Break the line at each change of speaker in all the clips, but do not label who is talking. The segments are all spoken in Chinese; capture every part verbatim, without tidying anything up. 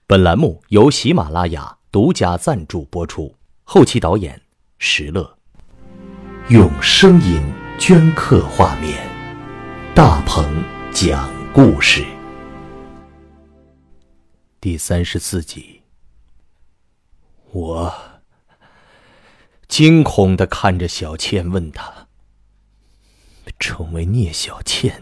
本栏目由喜马拉雅独家赞助播出，后期导演石乐。用声音镌刻画面，大鹏讲故事。第三十四集。我惊恐地看着小倩，问她：成为聂小倩，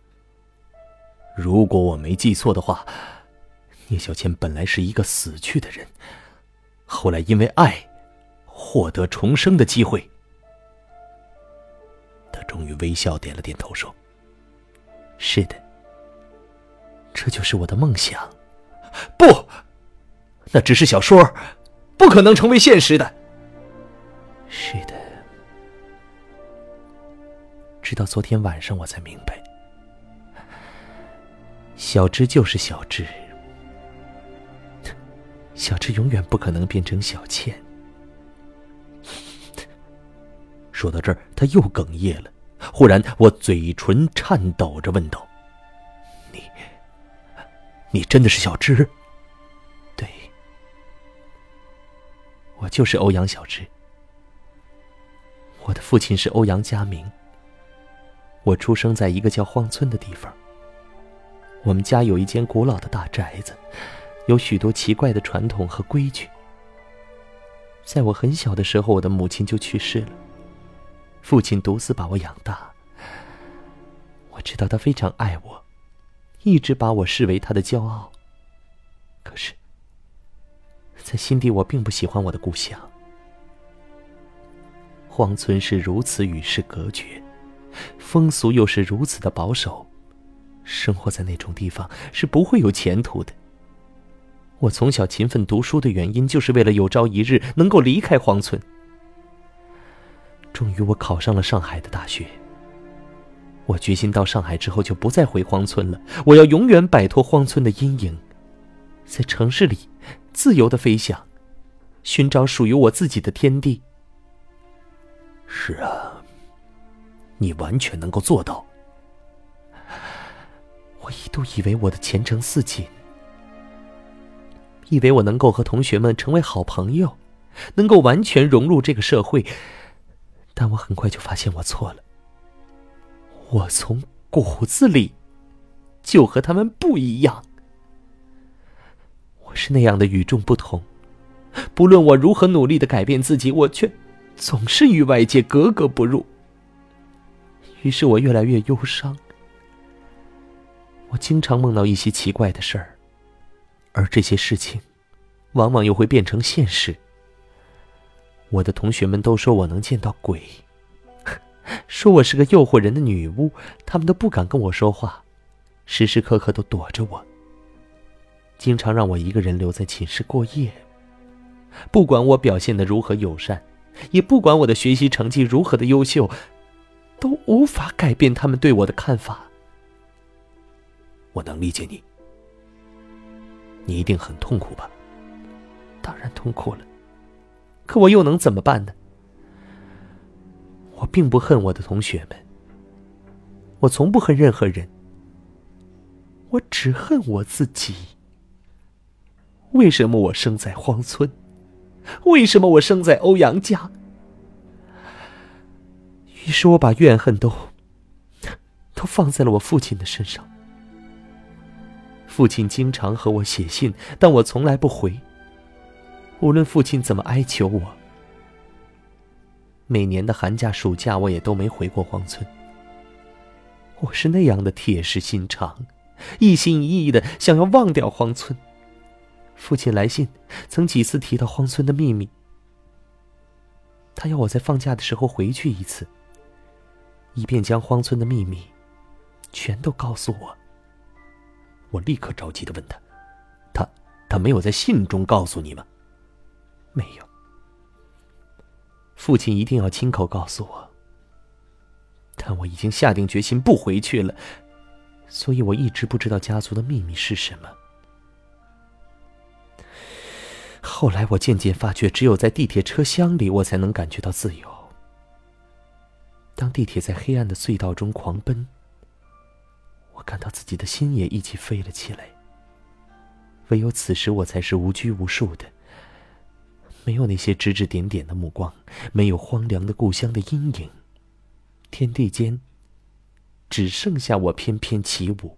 如果我没记错的话，聂小倩本来是一个死去的人，后来因为爱获得重生的机会。她终于微笑点了点头说：是的，这就是我的梦想。不，那只是小说，不可能成为现实的。是的，直到昨天晚上我才明白，小芝就是小芝，小芝永远不可能变成小倩。说到这儿，他又哽咽了。忽然，我嘴唇颤抖着问道：你你真的是小芝？对，我就是欧阳小芝。我的父亲是欧阳家明，我出生在一个叫荒村的地方。我们家有一间古老的大宅子，有许多奇怪的传统和规矩。在我很小的时候，我的母亲就去世了，父亲独自把我养大。我知道他非常爱我，一直把我视为他的骄傲。可是，在心底我并不喜欢我的故乡。荒村是如此与世隔绝，风俗又是如此的保守，生活在那种地方是不会有前途的。我从小勤奋读书的原因，就是为了有朝一日能够离开荒村。终于我考上了上海的大学，我决心到上海之后就不再回荒村了，我要永远摆脱荒村的阴影，在城市里自由地飞翔，寻找属于我自己的天地。是啊，你完全能够做到。我一度以为我的前程似锦，以为我能够和同学们成为好朋友，能够完全融入这个社会，但我很快就发现我错了。我从骨子里就和他们不一样。我是那样的与众不同，不论我如何努力地改变自己，我却总是与外界格格不入。于是我越来越忧伤，我经常梦到一些奇怪的事儿，而这些事情往往又会变成现实。我的同学们都说我能见到鬼，说我是个诱惑人的女巫，他们都不敢跟我说话，时时刻刻都躲着我，经常让我一个人留在寝室过夜。不管我表现得如何友善，也不管我的学习成绩如何的优秀，都无法改变他们对我的看法。我能理解你，你一定很痛苦吧？当然痛苦了，可我又能怎么办呢？我并不恨我的同学们，我从不恨任何人，我只恨我自己。为什么我生在荒村？为什么我生在欧阳家？于是我把怨恨都都放在了我父亲的身上。父亲经常和我写信，但我从来不回，无论父亲怎么哀求我。每年的寒假暑假我也都没回过荒村。我是那样的铁石心肠，一心一意的想要忘掉荒村。父亲来信曾几次提到荒村的秘密，他要我在放假的时候回去一次，以便将荒村的秘密全都告诉我。我立刻着急地问他：他他没有在信中告诉你吗？没有。父亲一定要亲口告诉我，但我已经下定决心不回去了，所以我一直不知道家族的秘密是什么。后来我渐渐发觉，只有在地铁车厢里，我才能感觉到自由。当地铁在黑暗的隧道中狂奔，我感到自己的心也一起飞了起来。 唯有此时我才是无拘无束的，没有那些指指点点的目光，没有荒凉的故乡的阴影，天地间只剩下我翩翩起舞。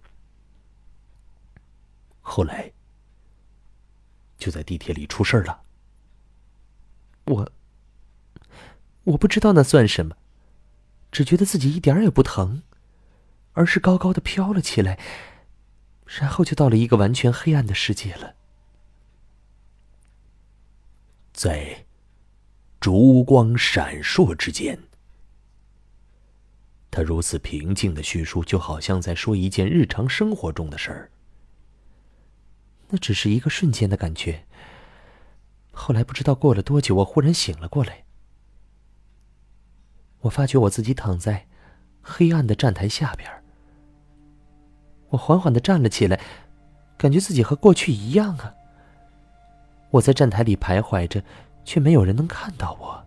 后来就在地铁里出事了。我我不知道那算什么，只觉得自己一点也不疼，而是高高的飘了起来，然后就到了一个完全黑暗的世界了。
在烛光闪烁之间，
他如此平静的叙述，就好像在说一件日常生活中的事儿。那只是一个瞬间的感觉。后来不知道过了多久，我忽然醒了过来。我发觉我自己躺在黑暗的站台下边。我缓缓地站了起来，感觉自己和过去一样啊。我在站台里徘徊着，却没有人能看到我。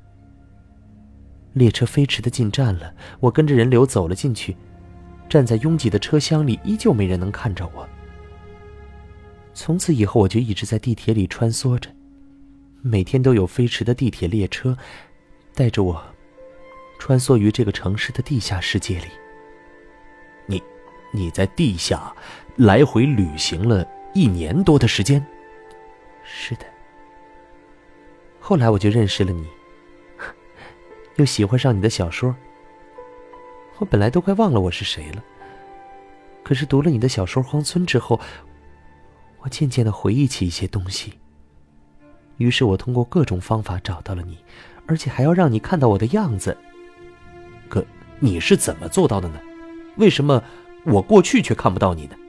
列车飞驰地进站了，我跟着人流走了进去，站在拥挤的车厢里，依旧没人能看着我。从此以后，我就一直在地铁里穿梭着，每天都有飞驰的地铁列车带着我穿梭于这个城市的地下世界里。
你你在地下来回旅行了一年多的时间？
是的。后来我就认识了你，又喜欢上你的小说。我本来都快忘了我是谁了，可是读了你的小说《荒村》之后，我渐渐地回忆起一些东西。于是我通过各种方法找到了你，而且还要让你看到我的样子。
可你是怎么做到的呢？为什么我过去却看不到你呢？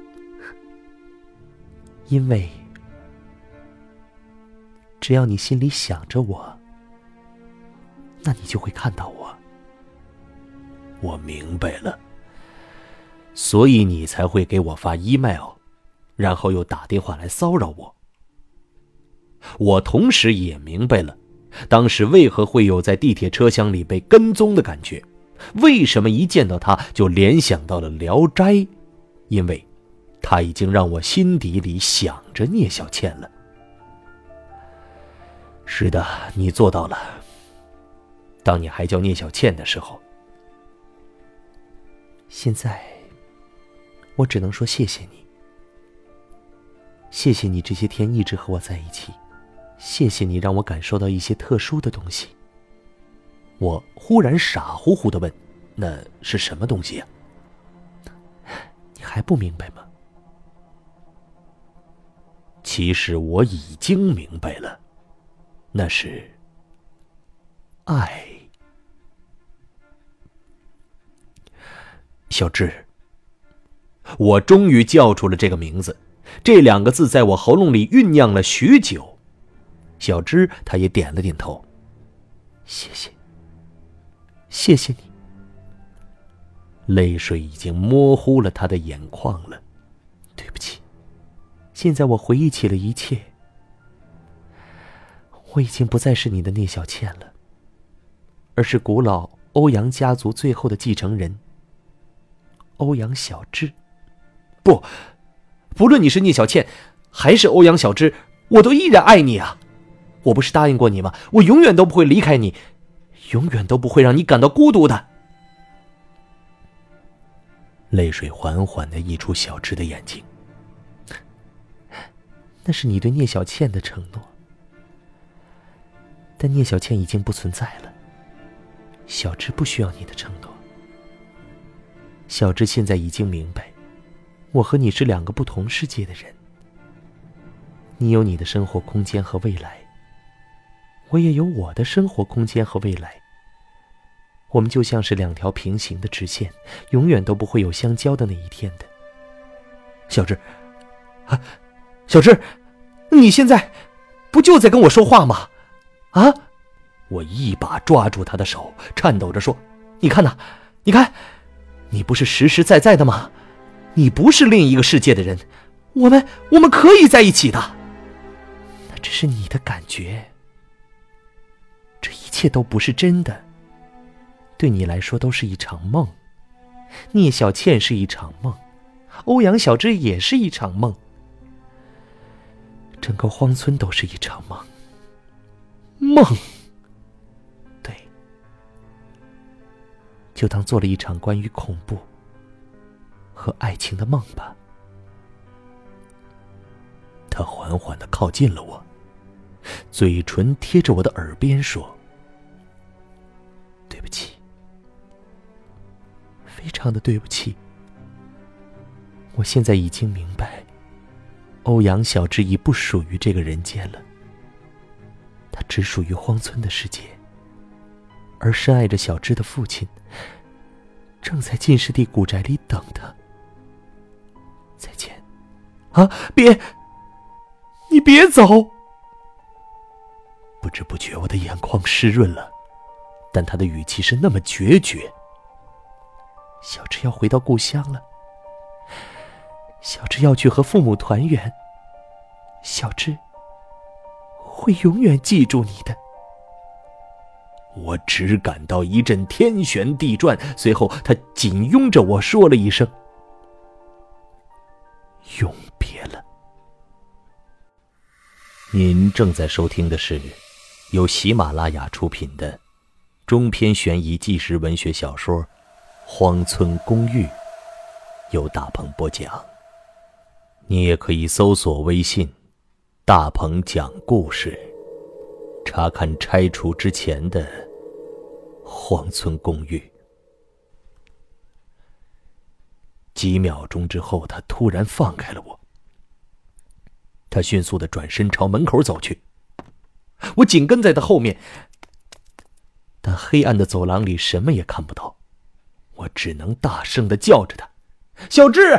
因为只要你心里想着我，那你就会看到我。
我明白了，所以你才会给我发 email， 然后又打电话来骚扰我。我同时也明白了，当时为何会有在地铁车厢里被跟踪的感觉，为什么一见到他就联想到了《聊斋》，因为他已经让我心底里想着聂小倩了。是的，你做到了。当你还叫聂小倩的时候，
现在我只能说谢谢你。谢谢你这些天一直和我在一起，谢谢你让我感受到一些特殊的东西。
我忽然傻乎乎地问，那是什么东西呀？
你还不明白吗？
其实我已经明白了，那是爱。小芝，我终于叫出了这个名字，这两个字在我喉咙里酝酿了许久。小芝她也点了点头。
谢谢，谢谢你。
泪水已经模糊了她的眼眶了。
对不起，现在我回忆起了一切。我已经不再是你的聂小倩了，而是古老欧阳家族最后的继承人欧阳小芝。
不，不论你是聂小倩还是欧阳小芝，我都依然爱你啊！我不是答应过你吗？我永远都不会离开你，永远都不会让你感到孤独的。泪水缓缓地溢出小芝的眼睛。
那是你对聂小倩的承诺，但聂小倩已经不存在了，小芝不需要你的承诺。小芝现在已经明白，我和你是两个不同世界的人。你有你的生活空间和未来，我也有我的生活空间和未来。我们就像是两条平行的直线，永远都不会有相交的那一天的。
小芝，啊，小芝，你现在不就在跟我说话吗？啊！我一把抓住他的手，颤抖着说：“你看呐，你看，你不是实实在在的吗？你不是另一个世界的人，我们我们可以在一起的。”
那只是你的感觉，这一切都不是真的。对你来说都是一场梦，聂小倩是一场梦，欧阳小芝也是一场梦。 整个荒村都是一场梦。梦，对，就当做了一场关于恐怖和爱情的梦吧。
他缓缓地靠近了我，嘴唇贴着我的耳边说：“
对不起，非常的对不起。我现在已经明白，欧阳小芝已不属于这个人间了，她只属于荒村的世界。而深爱着小芝的父亲，正在禁尸地古宅里等她。再见。啊，别！你别走！”
不知不觉我的眼眶湿润了，但他的语气是那么决绝。
小芝要回到故乡了，小芝要去和父母团圆，小芝会永远记住你的。
我只感到一阵天旋地转，随后他紧拥着我说了一声：“永别了。”您正在收听的是由喜马拉雅出品的中篇悬疑纪实文学小说《荒村公寓》，由大鹏播讲。你也可以搜索微信大鹏讲故事，查看拆除之前的荒村公寓。几秒钟之后，他突然放开了我，他迅速地转身朝门口走去，我紧跟在他后面，但黑暗的走廊里什么也看不到，我只能大声地叫着他：“小芝！”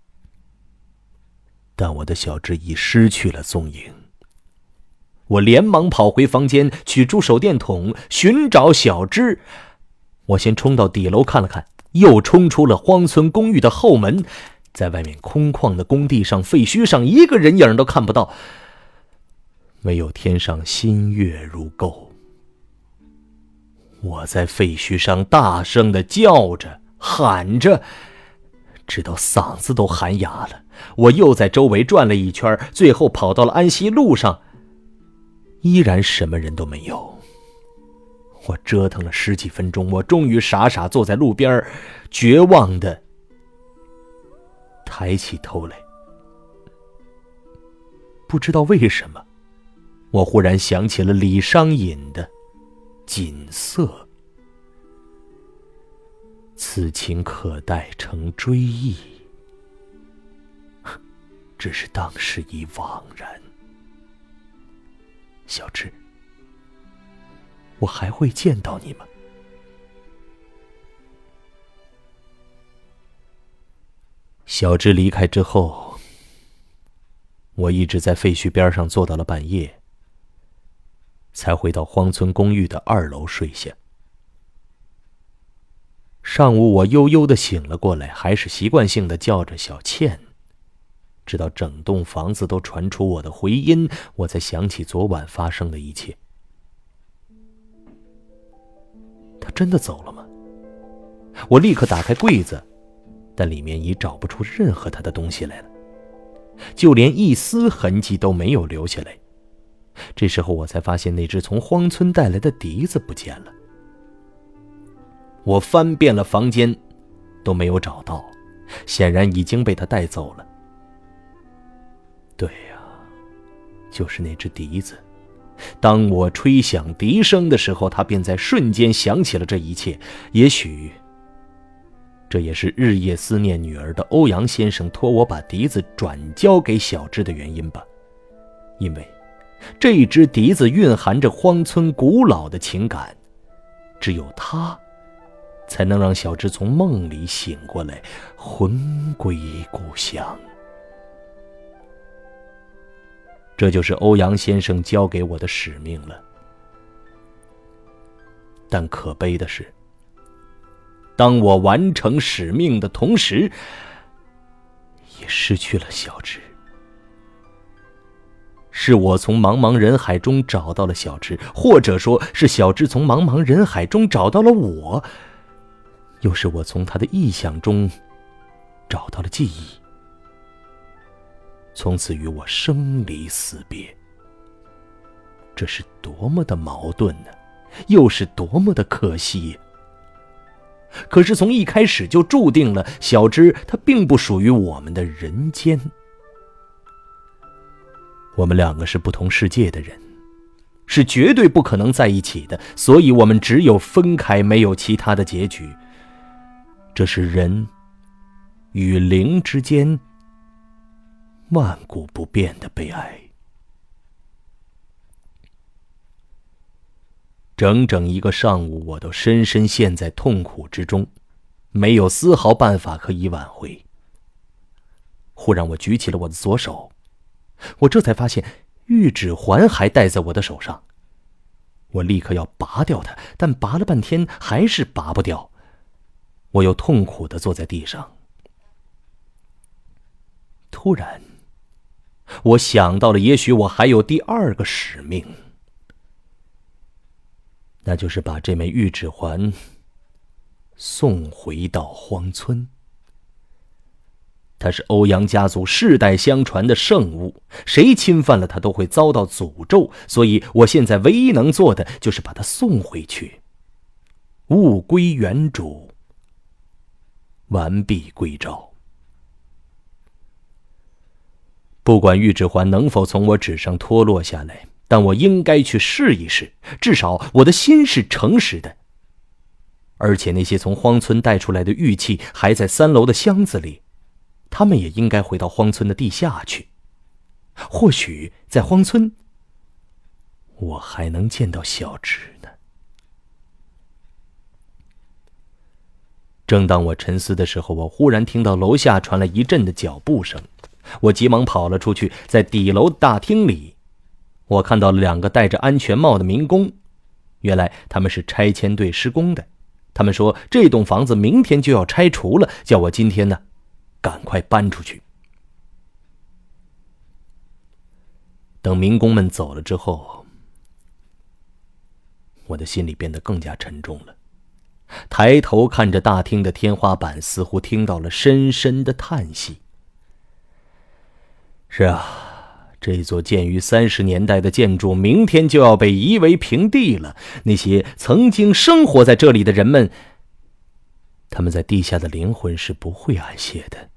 但我的小芝已失去了踪影。我连忙跑回房间，取出手电筒寻找小芝。我先冲到底楼看了看，又冲出了荒村公寓的后门。在外面空旷的工地上，废墟上一个人影都看不到，唯有天上新月如钩。我在废墟上大声地叫着喊着，直到嗓子都喊哑了。我又在周围转了一圈，最后跑到了安西路上，依然什么人都没有。我折腾了十几分钟，我终于傻傻坐在路边，绝望地抬起头来。不知道为什么，我忽然想起了李商隐的《锦瑟》：“此情可待成追忆，只是当时已惘然。”小芝，我还会见到你吗？小芝离开之后，我一直在废墟边上坐到了半夜，才回到荒村公寓的二楼睡下。上午我悠悠地醒了过来，还是习惯性地叫着小倩，直到整栋房子都传出我的回音，我才想起昨晚发生的一切。他真的走了吗？我立刻打开柜子，但里面已找不出任何他的东西来了，就连一丝痕迹都没有留下来。这时候我才发现那只从荒村带来的笛子不见了。我翻遍了房间都没有找到，显然已经被他带走了。对呀，就是那只笛子。当我吹响笛声的时候，他便在瞬间想起了这一切。也许这也是日夜思念女儿的欧阳先生托我把笛子转交给小芝的原因吧。因为这只笛子蕴含着荒村古老的情感，只有它才能让小芝从梦里醒过来，魂归故乡。这就是欧阳先生交给我的使命了。但可悲的是，当我完成使命的同时，也失去了小芝。是我从茫茫人海中找到了小芝，或者说是小芝从茫茫人海中找到了我，又是我从他的臆想中找到了记忆。 从此与我生离死别。这是多么的矛盾呢，又是多么的可惜呀！可是从一开始就注定了，小芝她并不属于我们的人间。我们两个是不同世界的人，是绝对不可能在一起的，所以我们只有分开，没有其他的结局。这是人与灵之间万古不变的悲哀。整整一个上午，我都深深陷在痛苦之中，没有丝毫办法可以挽回。忽然我举起了我的左手，我这才发现玉指环还戴在我的手上。我立刻要拔掉它，但拔了半天还是拔不掉。我又痛苦地坐在地上。突然我想到了，也许我还有第二个使命，那就是把这枚玉指环送回到荒村。它是欧阳家族世代相传的圣物，谁侵犯了它都会遭到诅咒，所以我现在唯一能做的就是把它送回去，物归原主，完璧归赵。不管玉指环能否从我指上脱落下来，但我应该去试一试，至少我的心是诚实的。而且那些从荒村带出来的玉器还在三楼的箱子里，他们也应该回到荒村的地下去。或许在荒村，我还能见到小芝呢。正当我沉思的时候，我忽然听到楼下传来一阵的脚步声，我急忙跑了出去。在底楼大厅里，我看到了两个戴着安全帽的民工，原来他们是拆迁队施工的。他们说这栋房子明天就要拆除了，叫我今天呢赶快搬出去。等民工们走了之后，我的心里变得更加沉重了。抬头看着大厅的天花板，似乎听到了深深的叹息。是啊，这座建于三十年代的建筑明天就要被夷为平地了。那些曾经生活在这里的人们，他们在地下的灵魂是不会安歇的。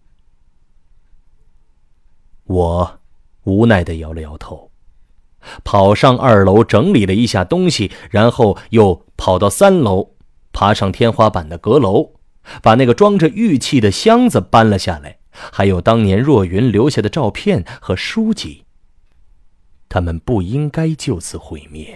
我无奈地摇了摇头，跑上二楼整理了一下东西，然后又跑到三楼，爬上天花板的阁楼，把那个装着玉器的箱子搬了下来，还有当年若云留下的照片和书籍，他们不应该就此毁灭。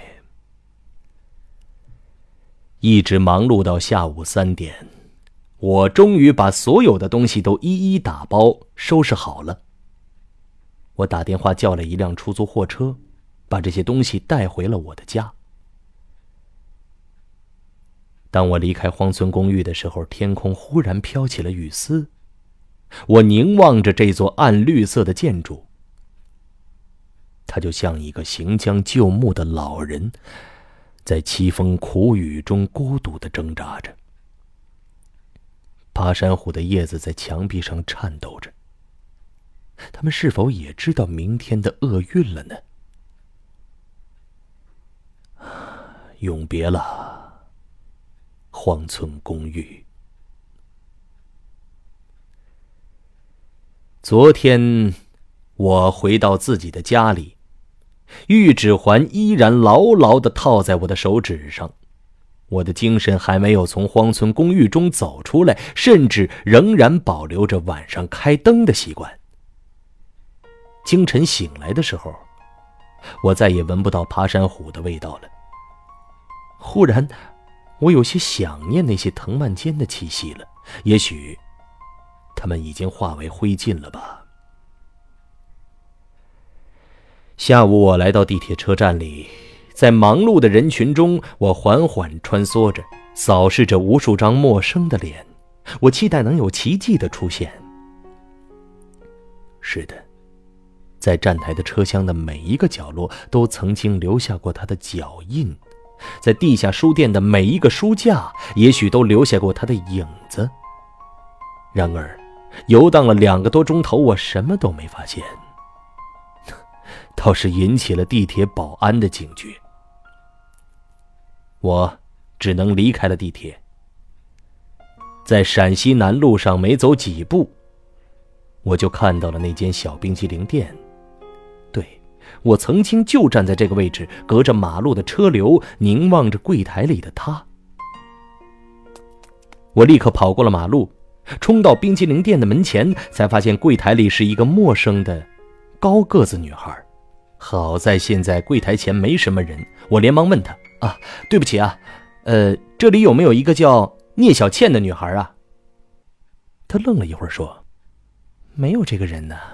一直忙碌到下午三点，我终于把所有的东西都一一打包收拾好了。我打电话叫了一辆出租货车，把这些东西带回了我的家。当我离开荒村公寓的时候，天空忽然飘起了雨丝。我凝望着这座暗绿色的建筑，它就像一个行将就木的老人，在凄风苦雨中孤独地挣扎着。爬山虎的叶子在墙壁上颤抖着，他们是否也知道明天的厄运了呢？永别了，荒村公寓。昨天我回到自己的家里，玉指环依然牢牢地套在我的手指上，我的精神还没有从荒村公寓中走出来，甚至仍然保留着晚上开灯的习惯。清晨醒来的时候，我再也闻不到爬山虎的味道了。忽然我有些想念那些藤蔓间的气息了，也许他们已经化为灰烬了吧。下午我来到地铁车站里，在忙碌的人群中，我缓缓穿梭着，扫视着无数张陌生的脸，我期待能有奇迹的出现。是的，在站台的车厢的每一个角落都曾经留下过他的脚印，在地下书店的每一个书架也许都留下过他的影子。然而游荡了两个多钟头，我什么都没发现。 倒是引起了地铁保安的警觉。我只能离开了地铁。在陕西南路上没走几步，我就看到了那间小冰淇淋店。对，我曾经就站在这个位置，隔着马路的车流，凝望着柜台里的他。我立刻跑过了马路，冲到冰淇淋店的门前，才发现柜台里是一个陌生的高个子女孩。好在现在柜台前没什么人，我连忙问她：啊，对不起啊，呃，这里有没有一个叫聂小倩的女孩啊？她愣了一会儿说：没有这个人呢。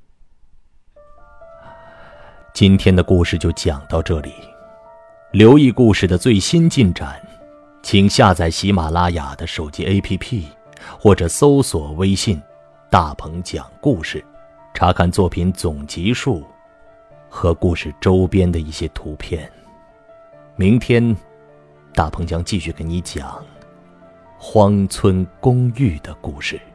今天的故事就讲到这里，留意故事的最新进展，请下载喜马拉雅的手机 A P P， 或者搜索微信大鹏讲故事，查看作品总集数和故事周边的一些图片。明天大鹏将继续给你讲荒村公寓的故事。